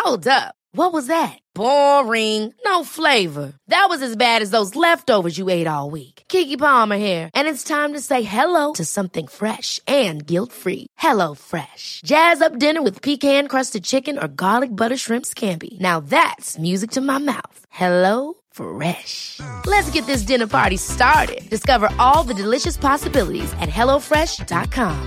Hold up. What was that? Boring. No flavor. That was as bad as those leftovers you ate all week. Keke Palmer here. And it's time to say hello to something fresh and guilt-free. Hello Fresh. Jazz up dinner with pecan-crusted chicken or garlic butter shrimp scampi. Now that's music to my mouth. Hello Fresh. Let's get this dinner party started. Discover all the delicious possibilities at hellofresh.com.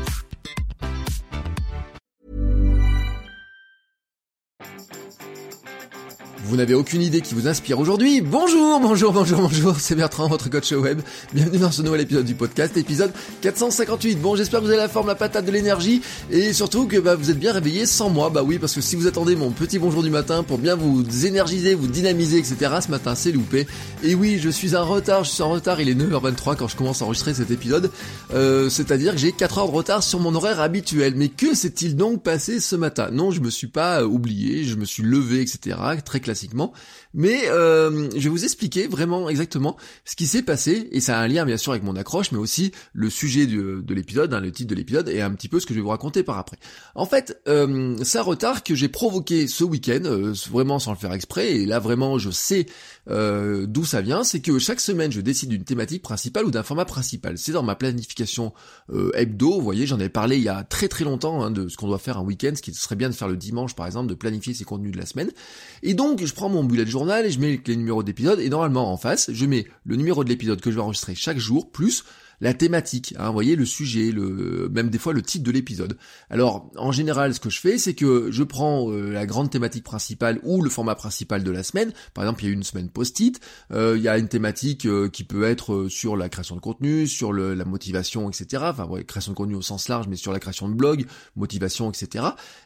Vous n'avez aucune idée qui vous inspire aujourd'hui? Bonjour, c'est Bertrand, votre coach web. Bienvenue dans ce nouvel épisode du podcast, épisode 458. Bon, j'espère que vous avez la forme, la patate, de l'énergie, et surtout que vous êtes bien réveillés sans moi. Bah oui, parce que si vous attendez mon petit bonjour du matin pour bien vous énergiser, vous dynamiser, etc., ce matin c'est loupé. Et oui, je suis en retard, il est 9h23 quand je commence à enregistrer cet épisode, c'est-à-dire que j'ai 4 heures de retard sur mon horaire habituel. Mais que s'est-il donc passé ce matin? Non, je me suis pas oublié, je me suis levé, etc., très classiquement. Mais je vais vous expliquer vraiment exactement ce qui s'est passé, et ça a un lien bien sûr avec mon accroche, mais aussi le sujet de l'épisode, le titre de l'épisode, et un petit peu ce que je vais vous raconter par après. En fait, c'est un retard que j'ai provoqué ce week-end, vraiment sans le faire exprès, et là vraiment je sais d'où ça vient. C'est que chaque semaine je décide d'une thématique principale ou d'un format principal. C'est dans ma planification hebdo, vous voyez, j'en avais parlé il y a très très longtemps, de ce qu'on doit faire un week-end, ce qui serait bien de faire le dimanche par exemple, de planifier ses contenus de la semaine. Et donc je prends mon bullet journal et je mets les numéros d'épisodes, et normalement en face je mets le numéro de l'épisode que je vais enregistrer chaque jour, plus la thématique, vous voyez, le sujet, même des fois le titre de l'épisode. Alors, en général, ce que je fais, c'est que je prends la grande thématique principale ou le format principal de la semaine. Par exemple, il y a une semaine post-it, il y a une thématique qui peut être sur la création de contenu, sur la motivation, etc. Enfin, ouais, création de contenu au sens large, mais sur la création de blog, motivation, etc.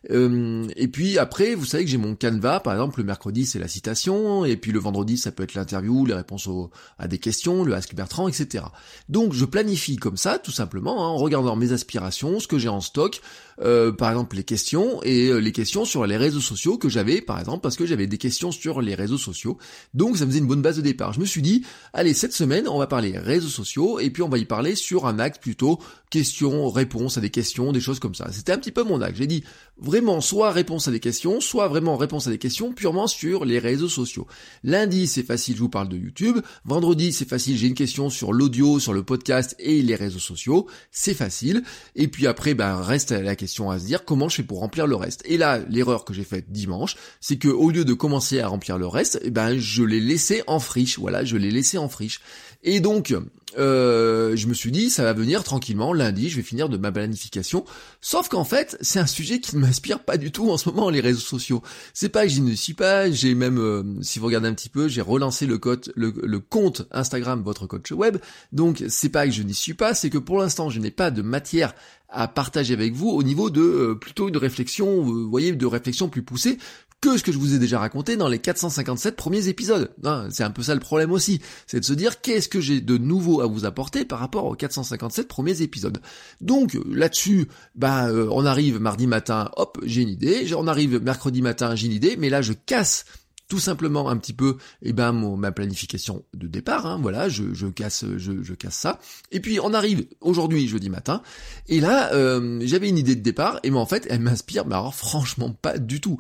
Et puis après, vous savez que j'ai mon Canva, par exemple, le mercredi, c'est la citation, et puis le vendredi, ça peut être l'interview, les réponses à des questions, le Ask Bertrand, etc. Donc, je planifie comme ça, tout simplement, en regardant mes aspirations, ce que j'ai en stock, par exemple les questions, et les questions sur les réseaux sociaux que j'avais, par exemple, parce que j'avais des questions sur les réseaux sociaux, donc ça me faisait une bonne base de départ. Je me suis dit, allez, cette semaine, on va parler réseaux sociaux, et puis on va y parler sur un axe plutôt questions, réponses à des questions, des choses comme ça. C'était un petit peu mon axe. J'ai dit, vraiment, soit réponse à des questions, soit vraiment réponse à des questions purement sur les réseaux sociaux. Lundi, c'est facile, je vous parle de YouTube. Vendredi, c'est facile, j'ai une question sur l'audio, sur le podcast et les réseaux sociaux. C'est facile. Et puis après, reste la question à se dire, comment je fais pour remplir le reste? Et là, l'erreur que j'ai faite dimanche, c'est que au lieu de commencer à remplir le reste, je l'ai laissé en friche. Voilà, je l'ai laissé en friche. Et donc, je me suis dit, ça va venir tranquillement, lundi, je vais finir de ma planification. Sauf qu'en fait, c'est un sujet qui ne m'inspire pas du tout en ce moment, les réseaux sociaux. C'est pas que j'y ne suis pas, j'ai même, si vous regardez un petit peu, j'ai relancé le compte Instagram, votre coach web. Donc, c'est pas que je n'y suis pas, c'est que pour l'instant, je n'ai pas de matière à partager avec vous au niveau de, plutôt de réflexion, vous voyez, de réflexion plus poussée, que ce que je vous ai déjà raconté dans les 457 premiers épisodes. C'est un peu ça le problème aussi, c'est de se dire qu'est-ce que j'ai de nouveau à vous apporter par rapport aux 457 premiers épisodes. Donc là-dessus, on arrive mardi matin, hop, j'ai une idée, on arrive mercredi matin, j'ai une idée, mais là je casse tout simplement un petit peu ma planification de départ, voilà, je casse ça. Et puis on arrive aujourd'hui jeudi matin, et là j'avais une idée de départ, et en fait elle m'inspire, mais alors franchement pas du tout.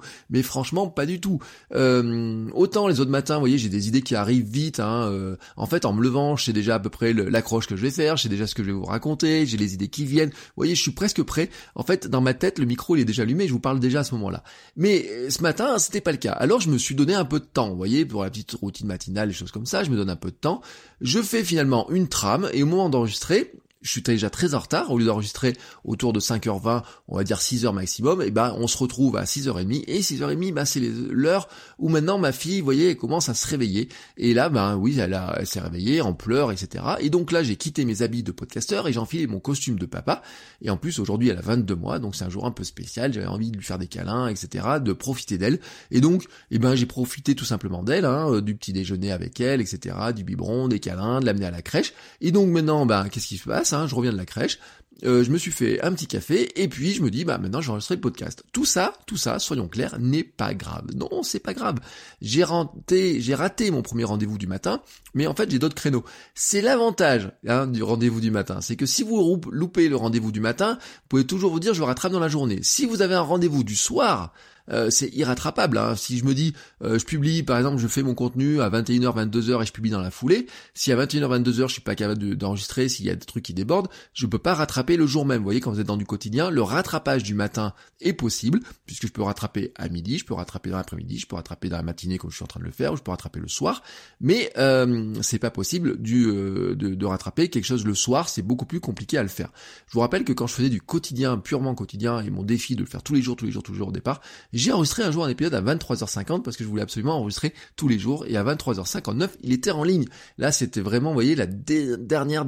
Autant les autres matins, vous voyez, j'ai des idées qui arrivent vite, en fait en me levant, je sais déjà à peu près l'accroche que je vais faire, je sais déjà ce que je vais vous raconter, j'ai les idées qui viennent, vous voyez, je suis presque prêt. En fait, dans ma tête, le micro il est déjà allumé, je vous parle déjà à ce moment-là. Mais ce matin, c'était pas le cas. Alors je me suis donné un peu de temps, vous voyez, pour la petite routine matinale, les choses comme ça, je me donne un peu de temps. Je fais finalement une trame, et au moment d'enregistrer, je suis déjà très en retard, au lieu d'enregistrer autour de 5h20, on va dire 6h maximum, on se retrouve à 6h30, et 6h30, c'est l'heure où maintenant ma fille, vous voyez, elle commence à se réveiller, et là, oui, elle s'est réveillée, en pleurs, etc. Et donc là, j'ai quitté mes habits de podcasteur, et j'ai enfilé mon costume de papa, et en plus, aujourd'hui, elle a 22 mois, donc c'est un jour un peu spécial, j'avais envie de lui faire des câlins, etc., de profiter d'elle, et donc, j'ai profité tout simplement d'elle, du petit déjeuner avec elle, etc., du biberon, des câlins, de l'amener à la crèche, et donc maintenant, qu'est-ce qui se passe? Je reviens de la crèche, je me suis fait un petit café, et puis je me dis, maintenant je vais enregistrer le podcast. Tout ça, soyons clairs, n'est pas grave. Non, c'est pas grave. J'ai raté mon premier rendez-vous du matin, mais en fait j'ai d'autres créneaux. C'est l'avantage du rendez-vous du matin, c'est que si vous loupez le rendez-vous du matin, vous pouvez toujours vous dire, je le rattrape dans la journée. Si vous avez un rendez-vous du soir, c'est irrattrapable. Hein. Si je me dis, je publie, par exemple, je fais mon contenu à 21h, 22h et je publie dans la foulée, si à 21h, 22h je suis pas capable d'enregistrer, s'il y a des trucs qui débordent, je peux pas rattraper le jour même. Vous voyez, quand vous êtes dans du quotidien, le rattrapage du matin est possible, puisque je peux rattraper à midi, je peux rattraper dans l'après-midi, je peux rattraper dans la matinée comme je suis en train de le faire, ou je peux rattraper le soir, mais c'est pas possible de rattraper quelque chose le soir, c'est beaucoup plus compliqué à le faire. Je vous rappelle que quand je faisais du quotidien, purement quotidien, et mon défi de le faire tous les jours au départ, j'ai enregistré un jour un épisode à 23h50 parce que je voulais absolument enregistrer tous les jours, et à 23h59, il était en ligne. Là, c'était vraiment, vous voyez, la dernière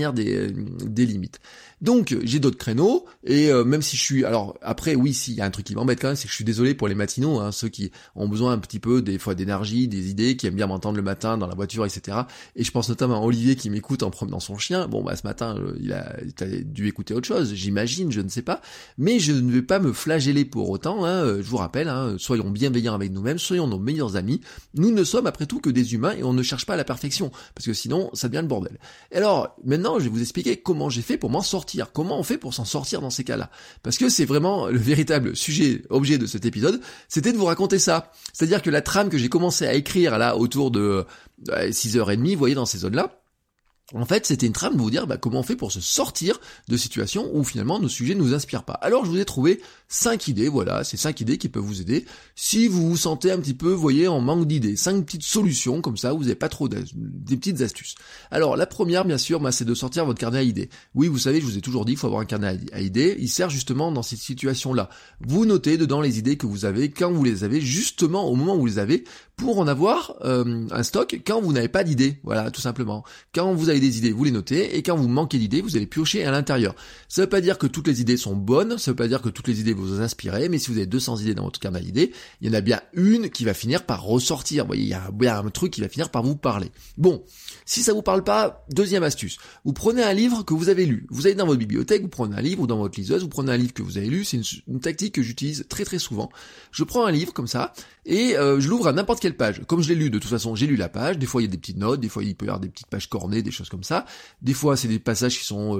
des limites. Donc, j'ai d'autres créneaux, et même si je suis... Alors, après, oui, s'il y a un truc qui m'embête quand même, c'est que je suis désolé pour les matinaux, hein, ceux qui ont besoin un petit peu, des fois, d'énergie, des idées, qui aiment bien m'entendre le matin dans la voiture, etc. Et je pense notamment à Olivier qui m'écoute en promenant son chien. Bon, bah, ce matin, il a dû écouter autre chose, j'imagine, je ne sais pas. Mais je ne vais pas me flageller pour autant, hein, je vous rappelle, hein, soyons bienveillants avec nous-mêmes, soyons nos meilleurs amis. Nous ne sommes après tout que des humains et on ne cherche pas la perfection, parce que sinon, ça devient le bordel. Et alors, maintenant, je vais vous expliquer comment j'ai fait pour m'en sortir. Comment on fait pour s'en sortir dans ces cas-là? Parce que c'est vraiment le véritable objet de cet épisode, c'était de vous raconter ça. C'est-à-dire que la trame que j'ai commencé à écrire là autour de 6h30, vous voyez, dans ces zones-là, en fait, c'était une trame de vous dire comment on fait pour se sortir de situations où finalement nos sujets ne nous inspirent pas. Alors je vous ai trouvé 5 idées, voilà, c'est 5 idées qui peuvent vous aider si vous vous sentez un petit peu, vous voyez, en manque d'idées. 5 petites solutions, comme ça, vous n'avez pas trop des petites astuces. Alors la première, bien sûr, c'est de sortir votre carnet à idées. Oui, vous savez, je vous ai toujours dit qu'il faut avoir un carnet à idées. Il sert justement dans cette situation-là. Vous notez dedans les idées que vous avez, quand vous les avez, justement au moment où vous les avez, pour en avoir un stock quand vous n'avez pas d'idées. Voilà, tout simplement. Quand vous avez des idées, vous les notez, et quand vous manquez d'idées, vous allez piocher à l'intérieur. Ça veut pas dire que toutes les idées sont bonnes, ça veut pas dire que toutes les idées vous inspirent, mais si vous avez 200 idées dans votre carnet d'idées, il y en a bien une qui va finir par ressortir. Vous voyez, il y a bien un truc qui va finir par vous parler. Bon, si ça vous parle pas, deuxième astuce. Vous prenez un livre que vous avez lu. Vous allez dans votre bibliothèque, vous prenez un livre, ou dans votre liseuse, vous prenez un livre que vous avez lu. C'est une tactique que j'utilise très très souvent. Je prends un livre comme ça, et je l'ouvre à n'importe quelle page. Comme je l'ai lu, de toute façon, j'ai lu la page. Des fois, il y a des petites notes, des fois, il peut y avoir des petites pages cornées, des choses comme ça. Des fois, c'est des passages qui sont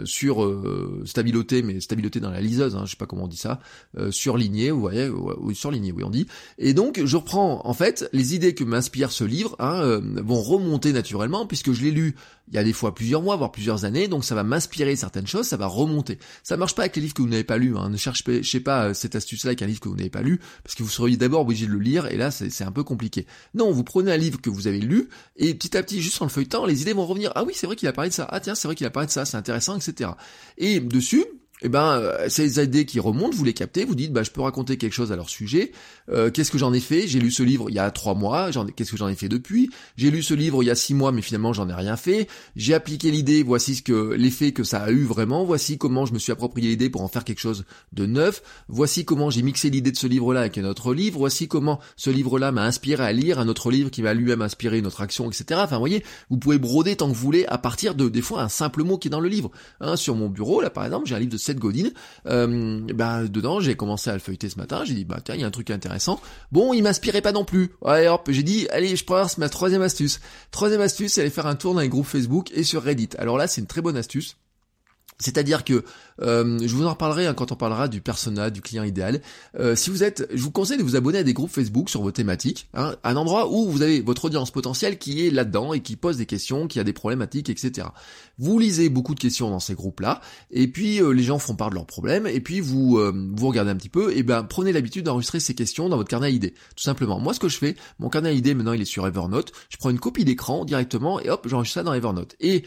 stabilotés, mais stabilotés dans la liseuse, hein, je sais pas comment on dit ça, surlignés, vous voyez, oui, surlignés, oui, on dit. Et donc, je reprends, en fait, les idées que m'inspire ce livre, vont remonter naturellement, puisque je l'ai lu il y a des fois plusieurs mois, voire plusieurs années, donc ça va m'inspirer certaines choses, ça va remonter. Ça marche pas avec les livres que vous n'avez pas lus, hein. Ne cherchez pas cette astuce-là avec un livre que vous n'avez pas lu, parce que vous seriez d'abord obligé de le lire, et là, c'est un peu compliqué. Non, vous prenez un livre que vous avez lu, et petit à petit, juste en le feuilletant, les idées vont revenir. Ah oui, c'est vrai qu'il a parlé de ça. Ah tiens, c'est vrai qu'il a parlé de ça, c'est intéressant, etc. Et dessus, ces idées qui remontent, vous les captez, vous dites, je peux raconter quelque chose à leur sujet, qu'est-ce que j'en ai fait? J'ai lu ce livre il y a 3 mois, qu'est-ce que j'en ai fait depuis? J'ai lu ce livre il y a 6 mois, mais finalement j'en ai rien fait. J'ai appliqué l'idée, voici l'effet que ça a eu vraiment, voici comment je me suis approprié l'idée pour en faire quelque chose de neuf, voici comment j'ai mixé l'idée de ce livre-là avec un autre livre, voici comment ce livre-là m'a inspiré à lire un autre livre qui m'a lui-même inspiré une autre action, etc. Enfin, vous voyez, vous pouvez broder tant que vous voulez à partir de, des fois, un simple mot qui est dans le livre. Sur mon bureau, là, par exemple, j'ai un livre de Seth Godin, dedans, j'ai commencé à le feuilleter ce matin, j'ai dit, tiens, il y a un truc intéressant. Bon, il m'inspirait pas non plus. Ouais, hop, j'ai dit, allez, je prends ma troisième astuce. Troisième astuce, c'est aller faire un tour dans les groupes Facebook et sur Reddit. Alors là, c'est une très bonne astuce. C'est-à-dire que, je vous en reparlerai quand on parlera du persona, du client idéal. Je vous conseille de vous abonner à des groupes Facebook sur vos thématiques, un endroit où vous avez votre audience potentielle qui est là-dedans et qui pose des questions, qui a des problématiques, etc. Vous lisez beaucoup de questions dans ces groupes-là, et puis les gens font part de leurs problèmes, et puis vous regardez un petit peu, et prenez l'habitude d'enregistrer ces questions dans votre carnet à idées, tout simplement. Moi, ce que je fais, mon carnet à idées, maintenant, il est sur Evernote, je prends une copie d'écran directement, et hop, j'enregistre ça dans Evernote. Et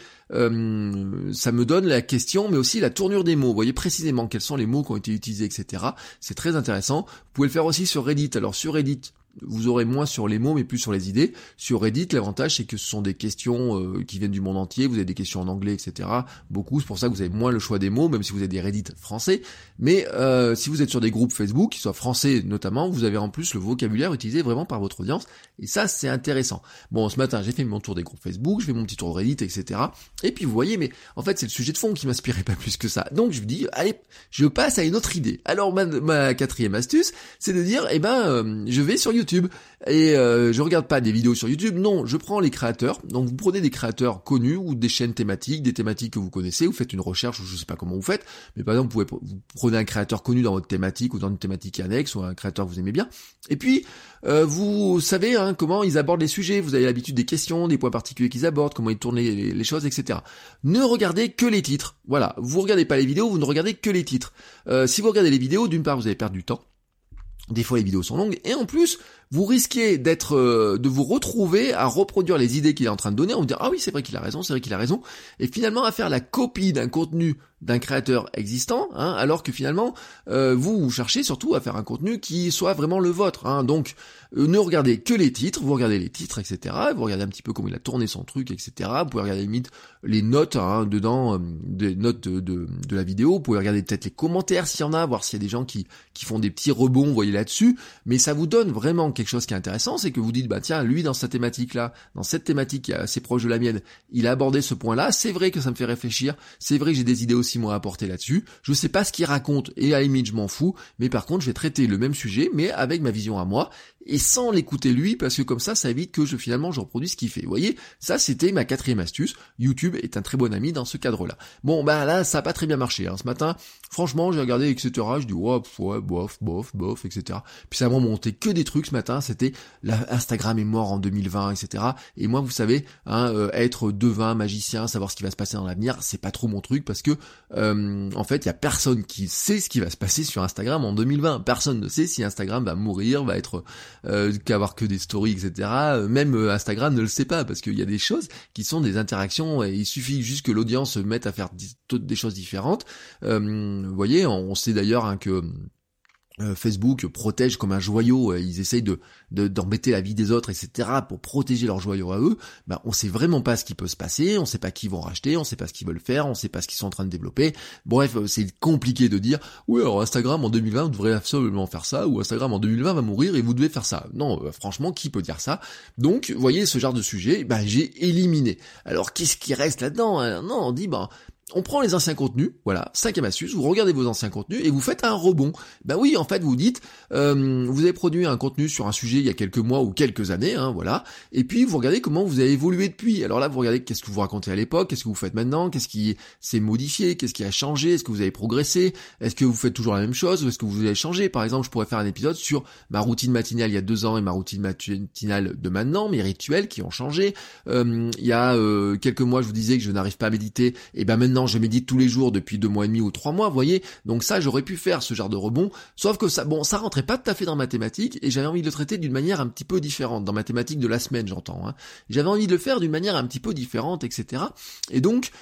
ça me donne la question, mais aussi la tournure des mots. Vous voyez précisément quels sont les mots qui ont été utilisés, etc. C'est très intéressant. Vous pouvez le faire aussi sur Reddit. Alors sur Reddit, vous aurez moins sur les mots mais plus sur les idées. Sur Reddit, l'avantage c'est que ce sont des questions qui viennent du monde entier, vous avez des questions en anglais, etc. Beaucoup, c'est pour ça que vous avez moins le choix des mots, même si vous avez des Reddit français. Mais si vous êtes sur des groupes Facebook, qui soient français notamment, vous avez en plus le vocabulaire utilisé vraiment par votre audience, et ça c'est intéressant. Bon, ce matin j'ai fait mon tour des groupes Facebook, je fais mon petit tour de Reddit, etc. Et puis vous voyez, mais en fait c'est le sujet de fond qui m'inspirait pas plus que ça. Donc je me dis, allez, je passe à une autre idée. Alors ma quatrième astuce, c'est de dire, je vais sur YouTube. YouTube. Et je regarde pas des vidéos sur YouTube, non, je prends les créateurs. Donc vous prenez des créateurs connus ou des chaînes thématiques, des thématiques que vous connaissez, vous faites une recherche ou je sais pas comment vous faites, mais par exemple vous prenez un créateur connu dans votre thématique ou dans une thématique annexe ou un créateur que vous aimez bien. Et puis vous savez comment ils abordent les sujets, vous avez l'habitude des questions, des points particuliers qu'ils abordent, comment ils tournent les choses, etc. Ne regardez que les titres. Voilà, vous regardez pas les vidéos, vous ne regardez que les titres. Si vous regardez les vidéos, d'une part vous allez perdre du temps. Des fois les vidéos sont longues et en plus vous risquez de vous retrouver à reproduire les idées qu'il est en train de donner, en vous dire ah oui c'est vrai qu'il a raison, et finalement à faire la copie d'un contenu d'un créateur existant, alors que finalement vous cherchez surtout à faire un contenu qui soit vraiment le vôtre. Donc ne regardez que les titres, vous regardez les titres, etc. Vous regardez un petit peu comment il a tourné son truc, etc. Vous pouvez regarder limite les notes dedans, des notes de la vidéo. Vous pouvez regarder peut-être les commentaires s'il y en a, voir s'il y a des gens qui font des petits rebonds, vous voyez là-dessus. Mais ça vous donne vraiment quelque chose qui est intéressant, c'est que vous dites tiens, lui dans cette thématique-là, dans cette thématique qui est assez proche de la mienne, il a abordé ce point-là. C'est vrai que ça me fait réfléchir. C'est vrai que j'ai des idées aussi moi à apporter là-dessus. Je sais pas ce qu'il raconte et à la limite je m'en fous. Mais par contre, je vais traiter le même sujet, mais avec ma vision à moi. Et sans l'écouter lui, parce que comme ça évite que finalement je reproduise ce qu'il fait. Vous voyez, ça c'était ma 4e astuce. YouTube est un très bon ami dans ce cadre-là. Bon, là, ça a pas très bien marché. Ce matin, franchement, j'ai regardé, etc. Je dis, ouais, bof, etc. Puis ça m'a monté que des trucs ce matin. C'était, Instagram est mort en 2020, etc. Et moi, vous savez, être devin, magicien, savoir ce qui va se passer dans l'avenir, c'est pas trop mon truc, parce que, en fait, il y a personne qui sait ce qui va se passer sur Instagram en 2020. Personne ne sait si Instagram va mourir, va être qu'avoir que des stories, etc. Même Instagram ne le sait pas, parce qu'il y a des choses qui sont des interactions, et il suffit juste que l'audience se mette à faire des choses différentes. Vous voyez, on sait d'ailleurs que Facebook protège comme un joyau, ils essayent d'embêter la vie des autres, etc. pour protéger leur joyau à eux. On sait vraiment pas ce qui peut se passer, on sait pas qui vont racheter, on sait pas ce qu'ils veulent faire, on sait pas ce qu'ils sont en train de développer. Bref, c'est compliqué de dire oui alors Instagram en 2020 vous devrez absolument faire ça, ou Instagram en 2020 va mourir et vous devez faire ça. Non, franchement, qui peut dire ça? Donc, vous voyez, ce genre de sujet, j'ai éliminé. Alors, qu'est-ce qui reste là-dedans? Non, on dit on prend les anciens contenus, voilà, 5e astuce, vous regardez vos anciens contenus et vous faites un rebond. Oui, en fait, vous dites, vous avez produit un contenu sur un sujet il y a quelques mois ou quelques années, voilà, et puis vous regardez comment vous avez évolué depuis. Alors là, vous regardez qu'est-ce que vous racontez à l'époque, qu'est-ce que vous faites maintenant, qu'est-ce qui s'est modifié, qu'est-ce qui a changé, est-ce que vous avez progressé, est-ce que vous fêtes toujours la même chose, ou est-ce que vous avez changé. Par exemple, je pourrais faire un épisode sur ma routine matinale il y a 2 ans et ma routine matinale de maintenant, mes rituels qui ont changé. Il y a quelques mois, je vous disais que je n'arrive pas à méditer, et maintenant je médite tous les jours depuis 2 mois et demi ou 3 mois, vous voyez. Donc ça, j'aurais pu faire ce genre de rebond, sauf que ça rentrait pas tout à fait dans ma thématique, et j'avais envie de le traiter d'une manière un petit peu différente, dans ma thématique de la semaine, j'entends. J'avais envie de le faire d'une manière un petit peu différente, etc. Et donc,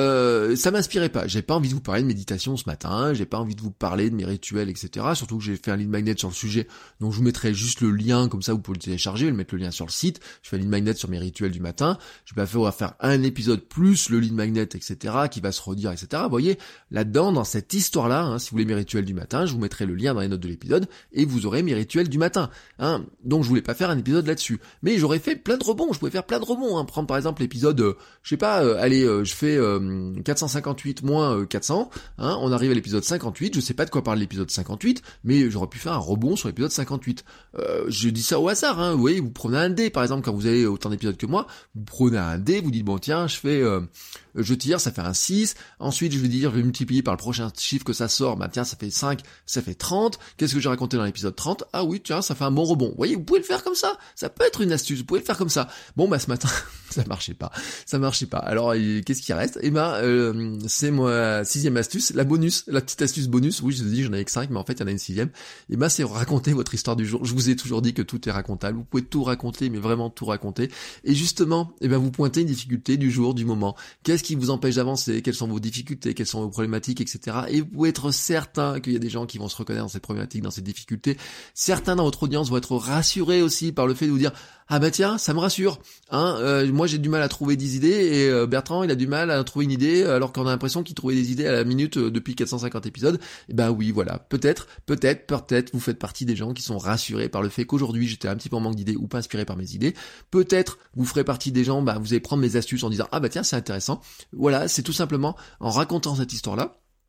ça m'inspirait pas. J'ai pas envie de vous parler de méditation ce matin, j'ai pas envie de vous parler de mes rituels, etc. Surtout que j'ai fait un lead magnet sur le sujet, donc je vous mettrai juste le lien, comme ça vous pouvez le télécharger, je vais mettre le lien sur le site. Je fais un lead magnet sur mes rituels du matin, on va faire un épisode plus le lead magnet, etc., qui va se redire, etc. Vous voyez, là-dedans, dans cette histoire-là, si vous voulez mes rituels du matin, je vous mettrai le lien dans les notes de l'épisode, et vous aurez mes rituels du matin. Donc je voulais pas faire un épisode là-dessus. Mais j'aurais fait plein de rebonds, je pouvais faire plein de rebonds. Prendre par exemple l'épisode, je sais pas, je fais 458 moins 400, on arrive à l'épisode 58, je sais pas de quoi parle l'épisode 58, mais j'aurais pu faire un rebond sur l'épisode 58. Je dis ça au hasard, vous voyez, vous prenez un dé, par exemple, quand vous avez autant d'épisodes que moi, vous prenez un dé, vous dites bon tiens, je tire, ça fait un 6, ensuite je vais multiplier par le prochain chiffre que ça sort, tiens, ça fait 5, ça fait 30, qu'est-ce que j'ai raconté dans l'épisode 30? Ah oui, tiens, ça fait un bon rebond. Vous voyez, vous pouvez le faire comme ça peut être une astuce, vous pouvez le faire comme ça. Bon, ce matin, ça marchait pas. Alors, qu'est-ce qui reste? C'est ma 6e astuce, la petite astuce bonus. Oui, je vous ai dit, j'en avais que 5, mais en fait, il y en a une 6e. C'est raconter votre histoire du jour. Je vous ai toujours dit que tout est racontable. Vous pouvez tout raconter, mais vraiment tout raconter. Et justement, vous pointez une difficulté du jour, du moment. Qu'est-ce qui vous empêche d'avancer? Quelles sont vos difficultés? Quelles sont vos problématiques, etc. Et vous pouvez être certain qu'il y a des gens qui vont se reconnaître dans ces problématiques, dans ces difficultés. Certains dans votre audience vont être rassurés aussi par le fait de vous dire ah tiens, ça me rassure. Moi j'ai du mal à trouver des idées et Bertrand il a du mal à trouver une idée alors qu'on a l'impression qu'il trouvait des idées à la minute depuis 450 épisodes. Oui, voilà, peut-être vous faites partie des gens qui sont rassurés par le fait qu'aujourd'hui j'étais un petit peu en manque d'idées ou pas inspiré par mes idées. Peut-être vous ferez partie des gens, vous allez prendre mes astuces en disant tiens c'est intéressant. Voilà, c'est tout simplement en racontant cette histoire-là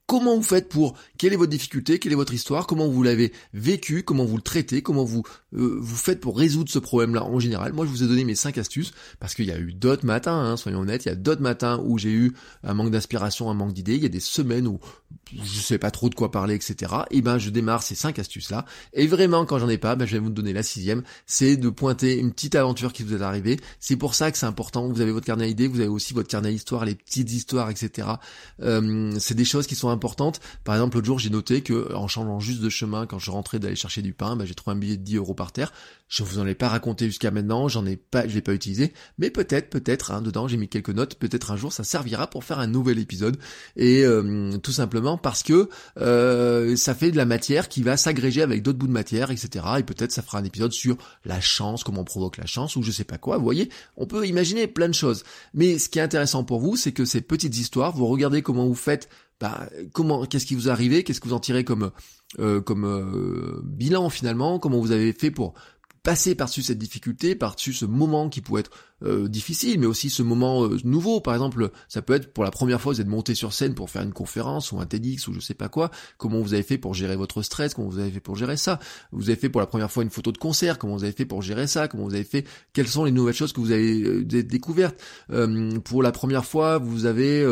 Comment vous faites quelle est votre difficulté, quelle est votre histoire, comment vous l'avez vécu, comment vous le traitez, comment vous faites pour résoudre ce problème-là en général. Moi, je vous ai donné mes 5 astuces parce qu'il y a eu d'autres matins, soyons honnêtes, il y a d'autres matins où j'ai eu un manque d'inspiration, un manque d'idées, il y a des semaines où je sais pas trop de quoi parler, etc. Et je démarre ces 5 astuces-là. Et vraiment, quand j'en ai pas, je vais vous donner la 6e, c'est de pointer une petite aventure qui vous est arrivée. C'est pour ça que c'est important. Vous avez votre carnet à idées, vous avez aussi votre carnet à histoire, les petites histoires, etc. C'est des choses qui sont importantes. Par exemple, l'autre jour, j'ai noté que en changeant juste de chemin, quand je rentrais d'aller chercher du pain, j'ai trouvé un billet de 10 € par terre. Je vous en ai pas raconté jusqu'à maintenant, je l'ai pas utilisé, mais peut-être, dedans, j'ai mis quelques notes, peut-être un jour ça servira pour faire un nouvel épisode, et tout simplement parce que ça fait de la matière qui va s'agréger avec d'autres bouts de matière, etc. Et peut-être ça fera un épisode sur la chance, comment on provoque la chance, ou je sais pas quoi, vous voyez, on peut imaginer plein de choses. Mais ce qui est intéressant pour vous, c'est que ces petites histoires, vous regardez comment vous faites, qu'est-ce qui vous est arrivé, qu'est-ce que vous en tirez comme bilan finalement, comment vous avez fait pour passer par-dessus cette difficulté, par-dessus ce moment qui pouvait être difficile, mais aussi ce moment nouveau. Par exemple, ça peut être pour la première fois vous êtes monté sur scène pour faire une conférence ou un TEDx ou je sais pas quoi. Comment vous avez fait pour gérer votre stress, comment vous avez fait pour gérer ça. Vous avez fait pour la première fois une photo de concert, comment vous avez fait pour gérer ça, comment vous avez fait, quelles sont les nouvelles choses que vous avez découvertes. Pour la première fois, vous avez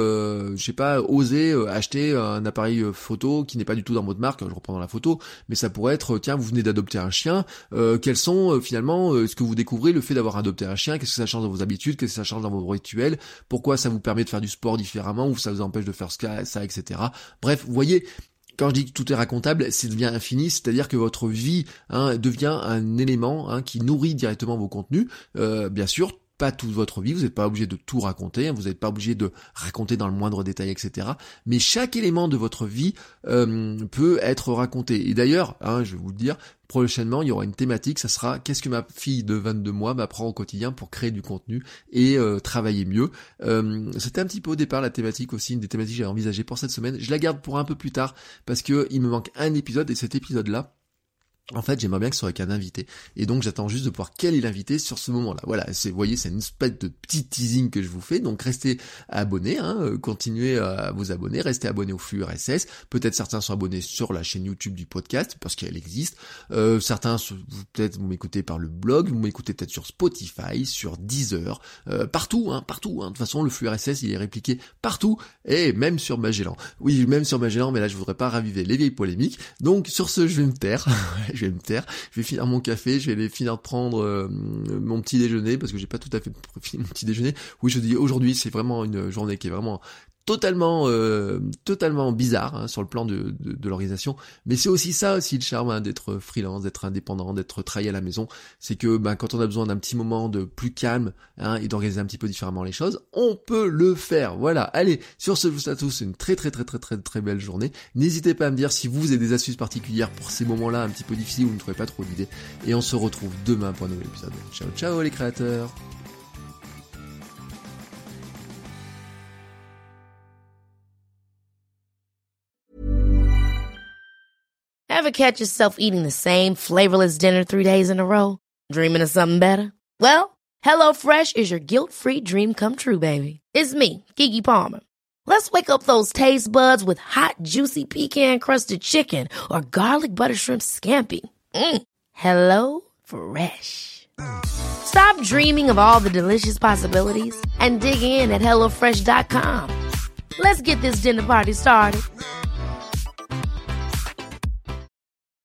osé acheter un appareil photo qui n'est pas du tout dans votre marque, je reprends dans la photo, mais ça pourrait être, tiens, vous venez d'adopter un chien, quels sont finalement ce que vous découvrez, le fait d'avoir adopté un chien, qu'est-ce que ça change dans vos habitudes, qu'est-ce que ça change dans vos rituels, pourquoi ça vous permet de faire du sport différemment, ou ça vous empêche de faire ça, etc. Bref, vous voyez, quand je dis que tout est racontable, c'est devient infini, c'est-à-dire que votre vie devient un élément qui nourrit directement vos contenus, bien sûr, pas toute votre vie, vous n'êtes pas obligé de tout raconter, vous n'êtes pas obligé de raconter dans le moindre détail, etc. Mais chaque élément de votre vie peut être raconté. Et d'ailleurs, je vais vous le dire, prochainement, il y aura une thématique, ça sera « Qu'est-ce que ma fille de 22 mois m'apprend au quotidien pour créer du contenu et travailler mieux ?» C'était un petit peu au départ la thématique aussi, une des thématiques que j'avais envisagées pour cette semaine. Je la garde pour un peu plus tard parce que il me manque un épisode, et cet épisode-là, en fait, j'aimerais bien que ce soit avec un invité. Et donc, j'attends juste de voir quel est l'invité sur ce moment-là. Voilà, vous voyez, c'est une espèce de petit teasing que je vous fais. Donc, restez abonnés, continuez à vous abonner, restez abonnés au flux RSS. Peut-être certains sont abonnés sur la chaîne YouTube du podcast, parce qu'elle existe. Certains, peut-être, vous m'écoutez par le blog, vous m'écoutez peut-être sur Spotify, sur Deezer, partout. De toute façon, le flux RSS, il est répliqué partout, et même sur Magellan. Oui, même sur Magellan, mais là, je voudrais pas raviver les vieilles polémiques. Donc, sur ce, je vais me taire. Je vais finir mon café, je vais finir de prendre mon petit déjeuner, parce que j'ai pas tout à fait fini mon petit déjeuner. Oui, je dis aujourd'hui, c'est vraiment une journée qui est vraiment totalement bizarre sur le plan de l'organisation, mais c'est aussi ça aussi le charme d'être freelance, d'être indépendant, d'être travaillé à la maison, c'est que quand on a besoin d'un petit moment de plus calme et d'organiser un petit peu différemment les choses, on peut le faire. Voilà, allez, sur ce, je vous souhaite à tous une très belle journée. N'hésitez pas à me dire si vous avez des astuces particulières pour ces moments-là un petit peu difficiles où vous ne trouvez pas trop d'idées, et on se retrouve demain pour un nouvel épisode. Ciao les créateurs. Ever catch yourself eating the same flavorless dinner 3 days in a row? Dreaming of something better? Well, HelloFresh is your guilt-free dream come true, baby. It's me, Keke Palmer. Let's wake up those taste buds with hot, juicy pecan-crusted chicken or garlic butter shrimp scampi. Hello Fresh. Stop dreaming of all the delicious possibilities and dig in at HelloFresh.com. Let's get this dinner party started.